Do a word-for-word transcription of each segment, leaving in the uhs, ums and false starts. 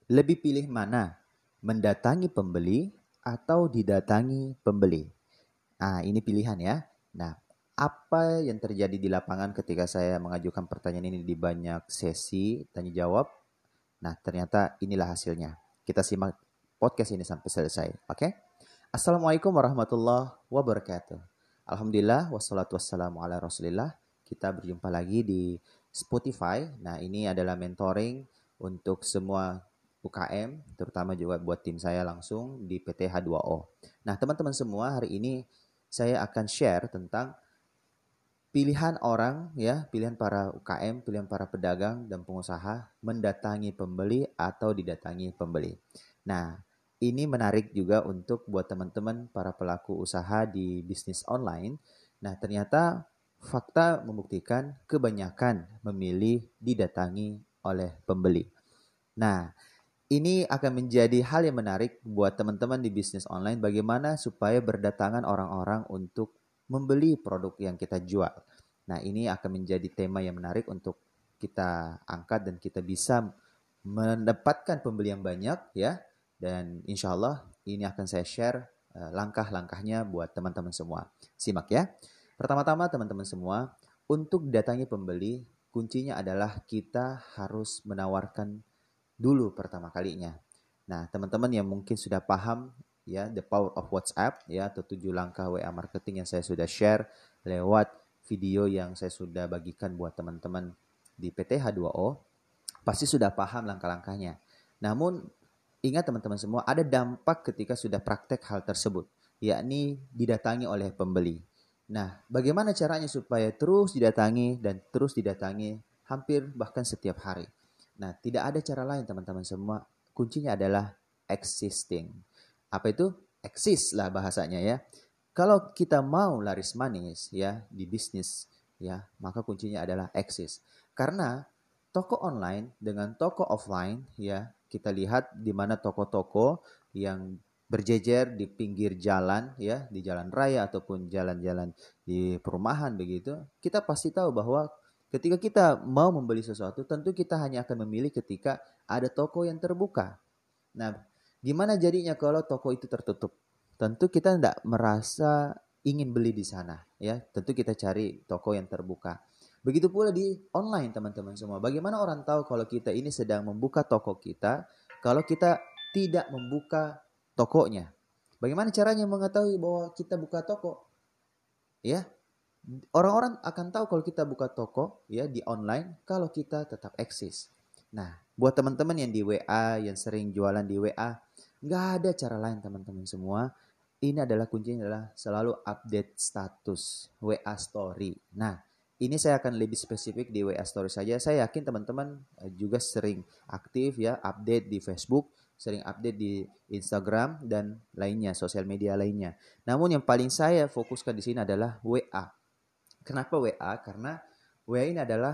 Lebih pilih mana? Mendatangi pembeli atau didatangi pembeli? Ah, ini pilihan ya. Nah, apa yang terjadi di lapangan ketika saya mengajukan pertanyaan ini di banyak sesi tanya jawab? Nah, ternyata inilah hasilnya. Kita simak podcast ini sampai selesai. Oke? Assalamualaikum warahmatullahi wabarakatuh. Alhamdulillah, wassalatu wassalamu ala rasulillah. Kita berjumpa lagi di Spotify. Nah, ini adalah mentoring untuk semua U K M, terutama juga buat tim saya langsung di P T H dua O. Nah, teman-teman semua, hari ini saya akan share tentang pilihan orang ya, pilihan para U K M, pilihan para pedagang dan pengusaha mendatangi pembeli atau didatangi pembeli. Nah, ini menarik juga untuk buat teman-teman para pelaku usaha di bisnis online. Nah, ternyata fakta membuktikan kebanyakan memilih didatangi oleh pembeli. Nah, ini akan menjadi hal yang menarik buat teman-teman di bisnis online bagaimana supaya berdatangan orang-orang untuk membeli produk yang kita jual. Nah, ini akan menjadi tema yang menarik untuk kita angkat dan kita bisa mendapatkan pembeli yang banyak ya. Dan insya Allah ini akan saya share uh, langkah-langkahnya buat teman-teman semua. Simak ya. Pertama-tama teman-teman semua, untuk datangi pembeli, kuncinya adalah kita harus menawarkan dulu pertama kalinya. Nah, teman-teman yang mungkin sudah paham ya the power of WhatsApp ya atau tujuh langkah W A marketing yang saya sudah share lewat video yang saya sudah bagikan buat teman-teman di P T H dua O, pasti sudah paham langkah-langkahnya. Namun ingat teman-teman semua, ada dampak ketika sudah praktek hal tersebut, yakni didatangi oleh pembeli. Nah, bagaimana caranya supaya terus didatangi dan terus didatangi hampir bahkan setiap hari? Nah, tidak ada cara lain teman-teman semua. Kuncinya adalah existing. Apa itu? Exist lah bahasanya ya. Kalau kita mau laris manis ya di bisnis ya, maka kuncinya adalah exist. Karena toko online dengan toko offline ya, kita lihat di mana toko-toko yang berjejer di pinggir jalan ya, di jalan raya ataupun jalan-jalan di perumahan begitu, kita pasti tahu bahwa ketika kita mau membeli sesuatu, tentu kita hanya akan memilih ketika ada toko yang terbuka. Nah, gimana jadinya kalau toko itu tertutup? Tentu kita tidak merasa ingin beli di sana, ya. Tentu kita cari toko yang terbuka. Begitu pula di online, teman-teman semua. Bagaimana orang tahu kalau kita ini sedang membuka toko kita, kalau kita tidak membuka tokonya? Bagaimana caranya mengetahui bahwa kita buka toko? Ya, orang-orang akan tahu kalau kita buka toko ya di online kalau kita tetap eksis. Nah, buat teman-teman yang di W A, yang sering jualan di W A, nggak ada cara lain teman-teman semua. Ini adalah kuncinya adalah selalu update status W A story. Nah, ini saya akan lebih spesifik di W A story saja. Saya yakin teman-teman juga sering aktif ya, update di Facebook, sering update di Instagram dan lainnya, sosial media lainnya. Namun yang paling saya fokuskan di sini adalah W A. Kenapa W A? Karena W A ini adalah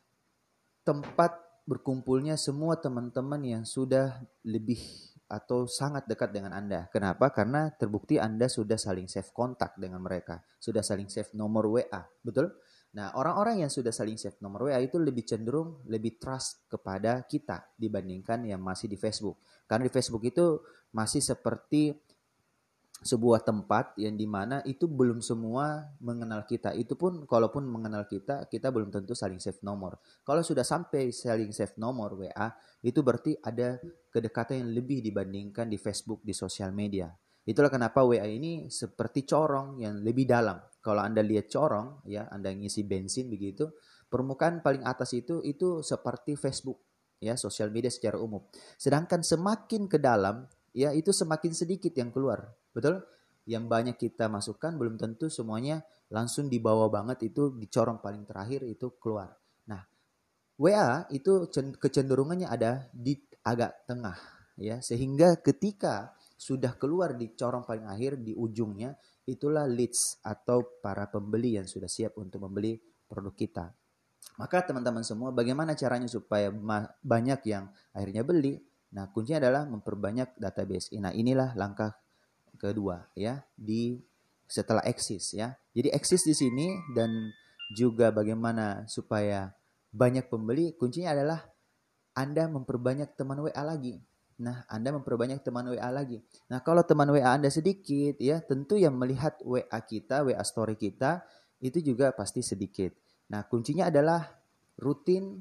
tempat berkumpulnya semua teman-teman yang sudah lebih atau sangat dekat dengan Anda. Kenapa? Karena terbukti Anda sudah saling save kontak dengan mereka. Sudah saling save nomor W A. Betul? Nah, orang-orang yang sudah saling save nomor W A itu lebih cenderung, lebih trust kepada kita dibandingkan yang masih di Facebook. Karena di Facebook itu masih seperti sebuah tempat yang dimana itu belum semua mengenal kita. Itu pun kalaupun mengenal kita, kita belum tentu saling save nomor. Kalau sudah sampai saling save nomor W A, itu berarti ada kedekatan yang lebih dibandingkan di Facebook, di sosial media. Itulah kenapa W A ini seperti corong yang lebih dalam. Kalau Anda lihat corong, ya Anda ngisi bensin begitu, permukaan paling atas itu itu seperti Facebook, ya sosial media secara umum. Sedangkan semakin ke dalam, ya itu semakin sedikit yang keluar. Betul? Yang banyak kita masukkan belum tentu semuanya langsung dibawa banget itu dicorong paling terakhir itu keluar. Nah, W A itu kecenderungannya ada di agak tengah ya, sehingga ketika sudah keluar di corong paling akhir di ujungnya itulah leads atau para pembeli yang sudah siap untuk membeli produk kita. Maka teman-teman semua, bagaimana caranya supaya banyak yang akhirnya beli? Nah, kuncinya adalah memperbanyak database. Nah, inilah langkah kedua ya di setelah eksis ya. Jadi eksis di sini dan juga bagaimana supaya banyak pembeli, kuncinya adalah Anda memperbanyak teman W A lagi. Nah, Anda memperbanyak teman W A lagi. Nah, kalau teman W A Anda sedikit, ya tentu yang melihat W A kita, W A story kita, itu juga pasti sedikit. Nah, kuncinya adalah rutin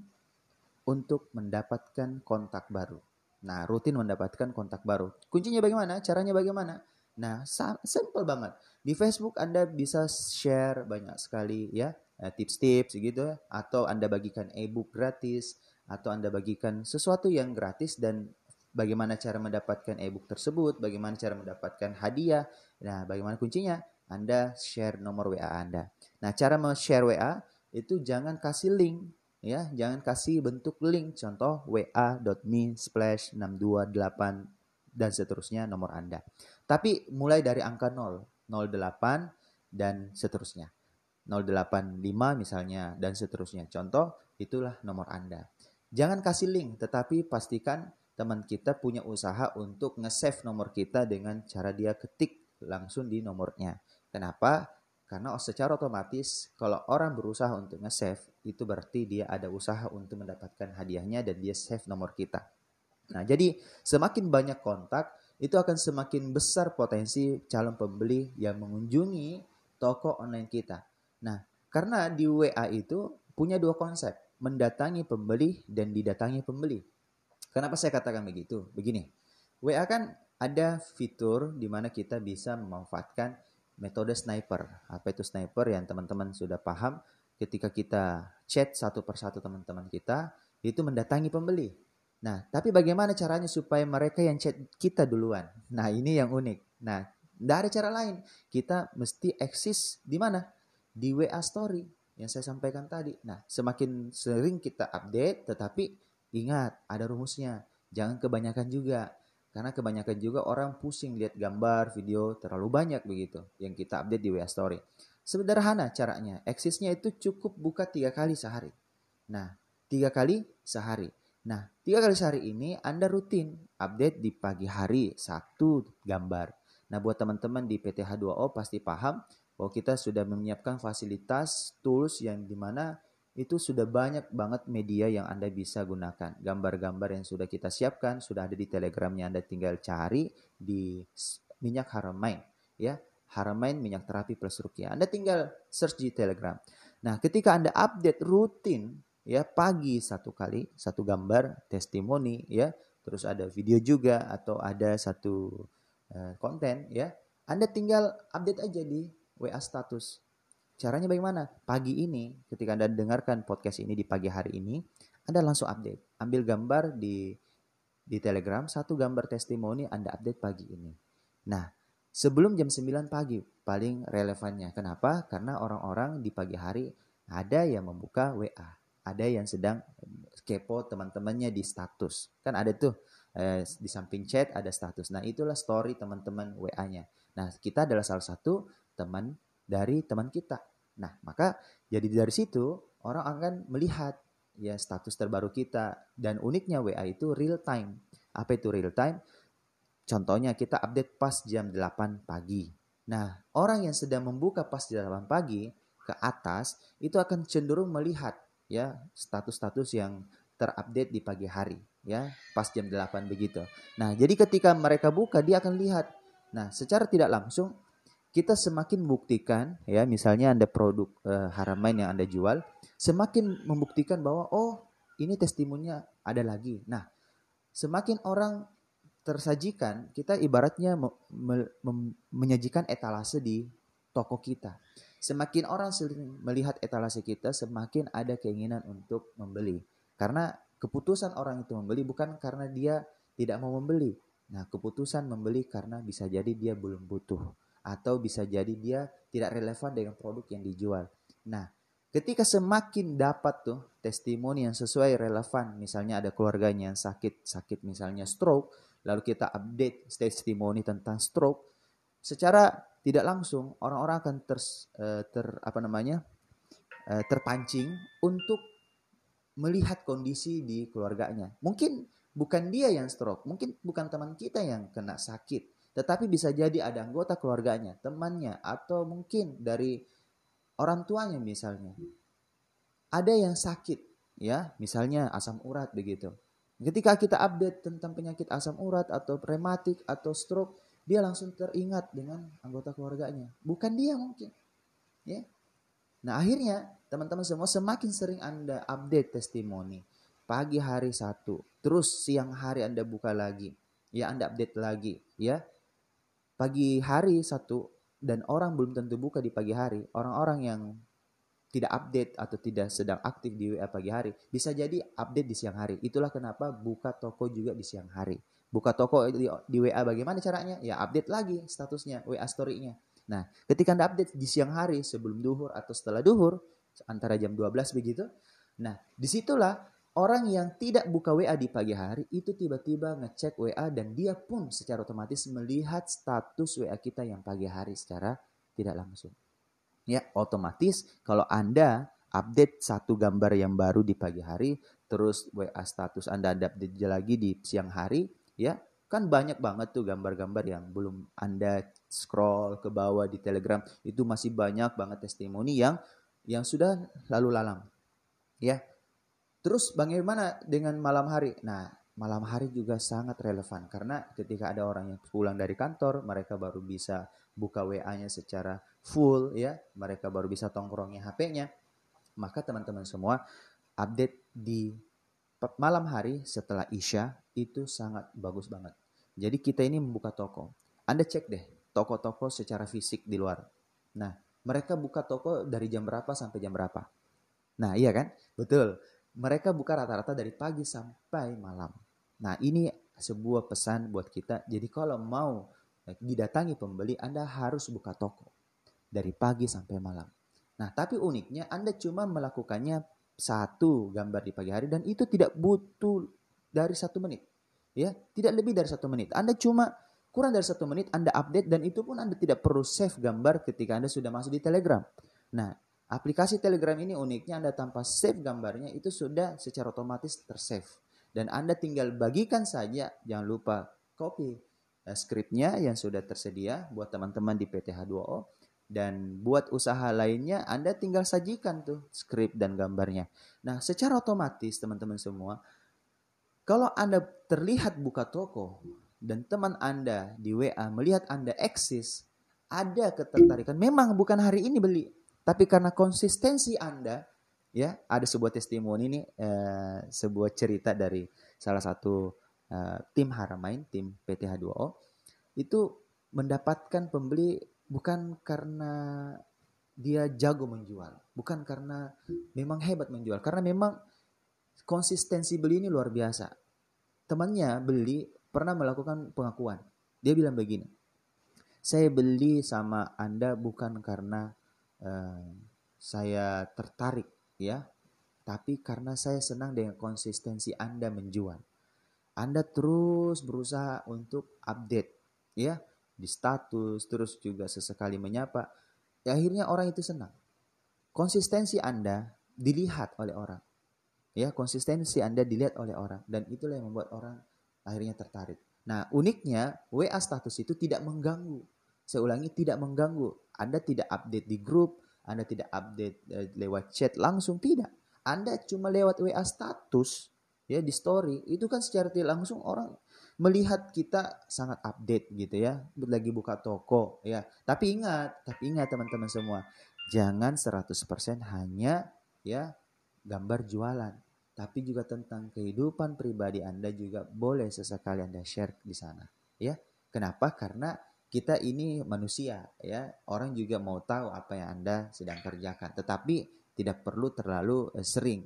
untuk mendapatkan kontak baru. Nah, rutin mendapatkan kontak baru. Kuncinya bagaimana? Caranya bagaimana? Nah, simple banget. Di Facebook Anda bisa share banyak sekali ya, tips-tips gitu, atau Anda bagikan e-book gratis, atau Anda bagikan sesuatu yang gratis dan bagaimana cara mendapatkan e-book tersebut, bagaimana cara mendapatkan hadiah. Nah, bagaimana kuncinya? Anda share nomor W A Anda. Nah, cara share W A itu jangan kasih link, ya, jangan kasih bentuk link, contoh wa.me slash enam dua delapan dan seterusnya nomor Anda. Tapi mulai dari angka nol, nol delapan dan seterusnya. nol delapan lima misalnya dan seterusnya. Contoh, itulah nomor Anda. Jangan kasih link, tetapi pastikan teman kita punya usaha untuk nge-save nomor kita dengan cara dia ketik langsung di nomornya. Kenapa? Karena secara otomatis kalau orang berusaha untuk nge-save, itu berarti dia ada usaha untuk mendapatkan hadiahnya dan dia save nomor kita. Nah, jadi semakin banyak kontak, itu akan semakin besar potensi calon pembeli yang mengunjungi toko online kita. Nah, karena di W A itu punya dua konsep, mendatangi pembeli dan didatangi pembeli. Kenapa saya katakan begitu? Begini, W A kan ada fitur di mana kita bisa memanfaatkan metode sniper. Apa itu sniper? Yang teman-teman sudah paham, ketika kita chat satu persatu teman-teman kita, itu mendatangi pembeli. Nah, tapi bagaimana caranya supaya mereka yang chat kita duluan? Nah, ini yang unik. Nah, tidak ada cara lain. Kita mesti eksis di mana? Di W A story yang saya sampaikan tadi. Nah, semakin sering kita update, tetapi ingat, ada rumusnya. Jangan kebanyakan juga. Karena kebanyakan juga orang pusing lihat gambar, video terlalu banyak begitu yang kita update di W A story. Sederhana caranya. Eksisnya itu cukup buka tiga kali sehari. Nah, tiga kali sehari. Nah, tiga kali sehari ini Anda rutin update di pagi hari satu gambar. Nah, buat teman-teman di P T H dua O pasti paham bahwa kita sudah menyiapkan fasilitas tools yang dimana itu sudah banyak banget media yang Anda bisa gunakan. Gambar-gambar yang sudah kita siapkan sudah ada di Telegramnya, Anda tinggal cari di Minyak Haramain, ya. Haramain minyak terapi plus ruqyah. Anda tinggal search di Telegram. Nah, ketika Anda update rutin, ya, pagi satu kali, satu gambar testimoni, ya, terus ada video juga atau ada satu uh, konten, ya, Anda tinggal update aja di W A status. Caranya bagaimana? Pagi ini, ketika Anda dengarkan podcast ini di pagi hari ini, Anda langsung update. Ambil gambar di di Telegram, satu gambar testimoni Anda update pagi ini. Nah, sebelum jam sembilan pagi paling relevannya. Kenapa? Karena orang-orang di pagi hari ada yang membuka W A, ada yang sedang kepo teman-temannya di status. Kan ada tuh eh, di samping chat ada status. Nah, itulah story teman-teman W A-nya. Nah, kita adalah salah satu teman dari teman kita. Nah, maka jadi dari situ orang akan melihat ya status terbaru kita, dan uniknya W A itu real time. Apa itu real time? Contohnya kita update pas jam delapan pagi. Nah, orang yang sedang membuka pas jam delapan pagi ke atas itu akan cenderung melihat ya status-status yang terupdate di pagi hari ya, pas jam delapan begitu. Nah, jadi ketika mereka buka dia akan lihat. Nah, secara tidak langsung kita semakin membuktikan ya, misalnya Anda produk uh, Haramain yang Anda jual, semakin membuktikan bahwa oh, ini testimoninya ada lagi. Nah, semakin orang tersajikan, kita ibaratnya me, me, menyajikan etalase di toko kita. Semakin orang sering melihat etalase kita, semakin ada keinginan untuk membeli. Karena keputusan orang itu membeli bukan karena dia tidak mau membeli. Nah, keputusan membeli karena bisa jadi dia belum butuh. Atau bisa jadi dia tidak relevan dengan produk yang dijual. Nah, ketika semakin dapat tuh testimoni yang sesuai relevan, misalnya ada keluarganya yang sakit, sakit misalnya stroke, lalu kita update testimoni tentang stroke, secara tidak langsung orang-orang akan ter, ter apa namanya terpancing untuk melihat kondisi di keluarganya. Mungkin bukan dia yang stroke, mungkin bukan teman kita yang kena sakit, tetapi bisa jadi ada anggota keluarganya, temannya, atau mungkin dari orang tuanya misalnya. Ada yang sakit, ya, misalnya asam urat begitu. Ketika kita update tentang penyakit asam urat atau rematik atau stroke, dia langsung teringat dengan anggota keluarganya. Bukan dia mungkin. Ya. Nah akhirnya teman-teman semua semakin sering Anda update testimoni. Pagi hari satu, terus siang hari Anda buka lagi. Ya Anda update lagi. Ya. Pagi hari satu dan orang belum tentu buka di pagi hari. Orang-orang yang tidak update atau tidak sedang aktif di W A pagi hari, bisa jadi update di siang hari. Itulah kenapa buka toko juga di siang hari. Buka toko di, di W A bagaimana caranya? Ya update lagi statusnya, W A story-nya. Nah, ketika Anda update di siang hari sebelum duhur atau setelah duhur, antara jam dua belas begitu. Nah, disitulah orang yang tidak buka W A di pagi hari itu tiba-tiba ngecek W A dan dia pun secara otomatis melihat status W A kita yang pagi hari secara tidak langsung. Ya, otomatis kalau Anda update satu gambar yang baru di pagi hari, terus W A status Anda update lagi di siang hari, ya, kan banyak banget tuh gambar-gambar yang belum Anda scroll ke bawah di Telegram, itu masih banyak banget testimoni yang yang sudah lalu lalang. Ya. Terus bagaimana dengan malam hari? Nah, malam hari juga sangat relevan karena ketika ada orang yang pulang dari kantor, mereka baru bisa buka W A-nya secara full ya, mereka baru bisa tongkrongin H P-nya. Maka teman-teman semua update di malam hari setelah Isya itu sangat bagus banget. Jadi kita ini membuka toko. Anda cek deh toko-toko secara fisik di luar. Nah, mereka buka toko dari jam berapa sampai jam berapa? Nah, iya kan? Betul. Mereka buka rata-rata dari pagi sampai malam. Nah, ini sebuah pesan buat kita. Jadi kalau mau didatangi pembeli, Anda harus buka toko dari pagi sampai malam. Nah, tapi uniknya Anda cuma melakukannya satu gambar di pagi hari dan itu tidak butuh dari satu menit. Ya, tidak lebih dari satu menit. Anda cuma kurang dari satu menit Anda update dan itu pun Anda tidak perlu save gambar ketika Anda sudah masuk di Telegram. Nah, aplikasi Telegram ini uniknya Anda tanpa save gambarnya itu sudah secara otomatis tersave. Dan Anda tinggal bagikan saja, jangan lupa copy uh, skripnya yang sudah tersedia buat teman-teman di P T H dua O. Dan buat usaha lainnya Anda tinggal sajikan tuh skrip dan gambarnya. Nah secara otomatis teman-teman semua, kalau Anda terlihat buka toko dan teman Anda di W A melihat Anda eksis, ada ketertarikan. Memang bukan hari ini beli, tapi karena konsistensi Anda, ya ada sebuah testimoni ini, eh, sebuah cerita dari salah satu eh, tim Haramain, tim P T H dua O, itu mendapatkan pembeli bukan karena dia jago menjual, bukan karena memang hebat menjual, karena memang konsistensi beli ini luar biasa. Temannya beli pernah melakukan pengakuan. Dia bilang begini, saya beli sama Anda bukan karena uh, saya tertarik ya, tapi karena saya senang dengan konsistensi Anda menjual. Anda terus berusaha untuk update ya di status, terus juga sesekali menyapa. Ya, akhirnya orang itu senang. Konsistensi Anda dilihat oleh orang. Ya, konsistensi Anda dilihat oleh orang dan itulah yang membuat orang akhirnya tertarik. Nah, uniknya W A status itu tidak mengganggu. Saya ulangi, tidak mengganggu. Anda tidak update di grup, Anda tidak update uh, lewat chat langsung, tidak. Anda cuma lewat W A status ya di story, itu kan secara tidak langsung orang melihat kita sangat update gitu ya, lagi buka toko ya. Tapi ingat, tapi ingat teman-teman semua, jangan seratus persen hanya ya gambar jualan, tapi juga tentang kehidupan pribadi Anda juga boleh sesekali Anda share di sana ya. Kenapa? Karena kita ini manusia ya, orang juga mau tahu apa yang Anda sedang kerjakan, tetapi tidak perlu terlalu eh, sering.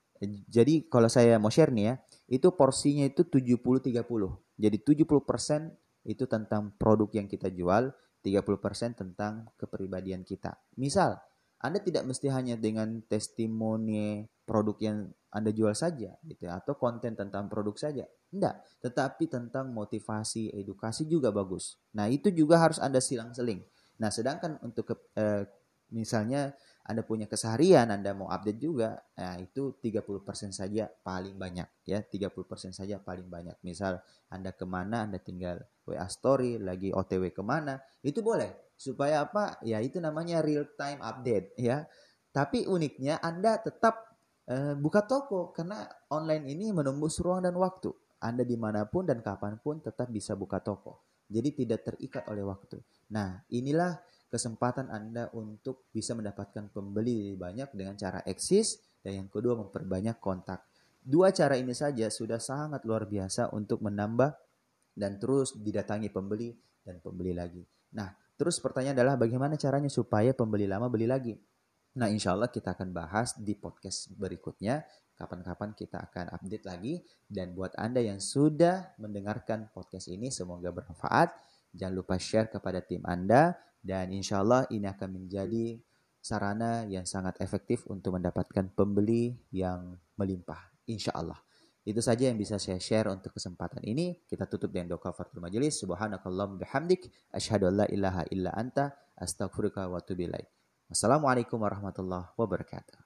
Jadi kalau saya mau share nih ya, itu porsinya itu tujuh puluh tiga puluh. Jadi tujuh puluh persen itu tentang produk yang kita jual, tiga puluh persen tentang kepribadian kita. Misal, Anda tidak mesti hanya dengan testimoni produk yang Anda jual saja gitu ya, atau konten tentang produk saja. Enggak, tetapi tentang motivasi, edukasi juga bagus. Nah, itu juga harus Anda silang-seling. Nah, sedangkan untuk ke, eh, misalnya Anda punya keseharian, Anda mau update juga, nah itu tiga puluh persen saja paling banyak ya, tiga puluh persen saja paling banyak. Misal Anda kemana, Anda tinggal W A story, lagi O T W kemana, itu boleh. Supaya apa? Ya itu namanya real time update ya. Tapi uniknya Anda tetap Eh, buka toko, karena online ini menembus ruang dan waktu. Anda dimanapun dan kapanpun tetap bisa buka toko. Jadi tidak terikat oleh waktu. Nah, inilah kesempatan Anda untuk bisa mendapatkan pembeli lebih banyak dengan cara eksis, dan yang kedua memperbanyak kontak. Dua cara ini saja sudah sangat luar biasa untuk menambah dan terus didatangi pembeli dan pembeli lagi. Nah, terus pertanyaan adalah bagaimana caranya supaya pembeli lama beli lagi? Nah, insya Allah kita akan bahas di podcast berikutnya. Kapan-kapan kita akan update lagi. Dan buat Anda yang sudah mendengarkan podcast ini, semoga bermanfaat. Jangan lupa share kepada tim Anda. Dan insya Allah ini akan menjadi sarana yang sangat efektif untuk mendapatkan pembeli yang melimpah. Insya Allah. Itu saja yang bisa saya share untuk kesempatan ini. Kita tutup dengan doa kafaratul majelis. Subhanakallahumma bihamdik. Asyhadu an la ilaha illa anta. Astaghfiruka wa atubu ilaik. Wassalamualaikum warahmatullahi wabarakatuh.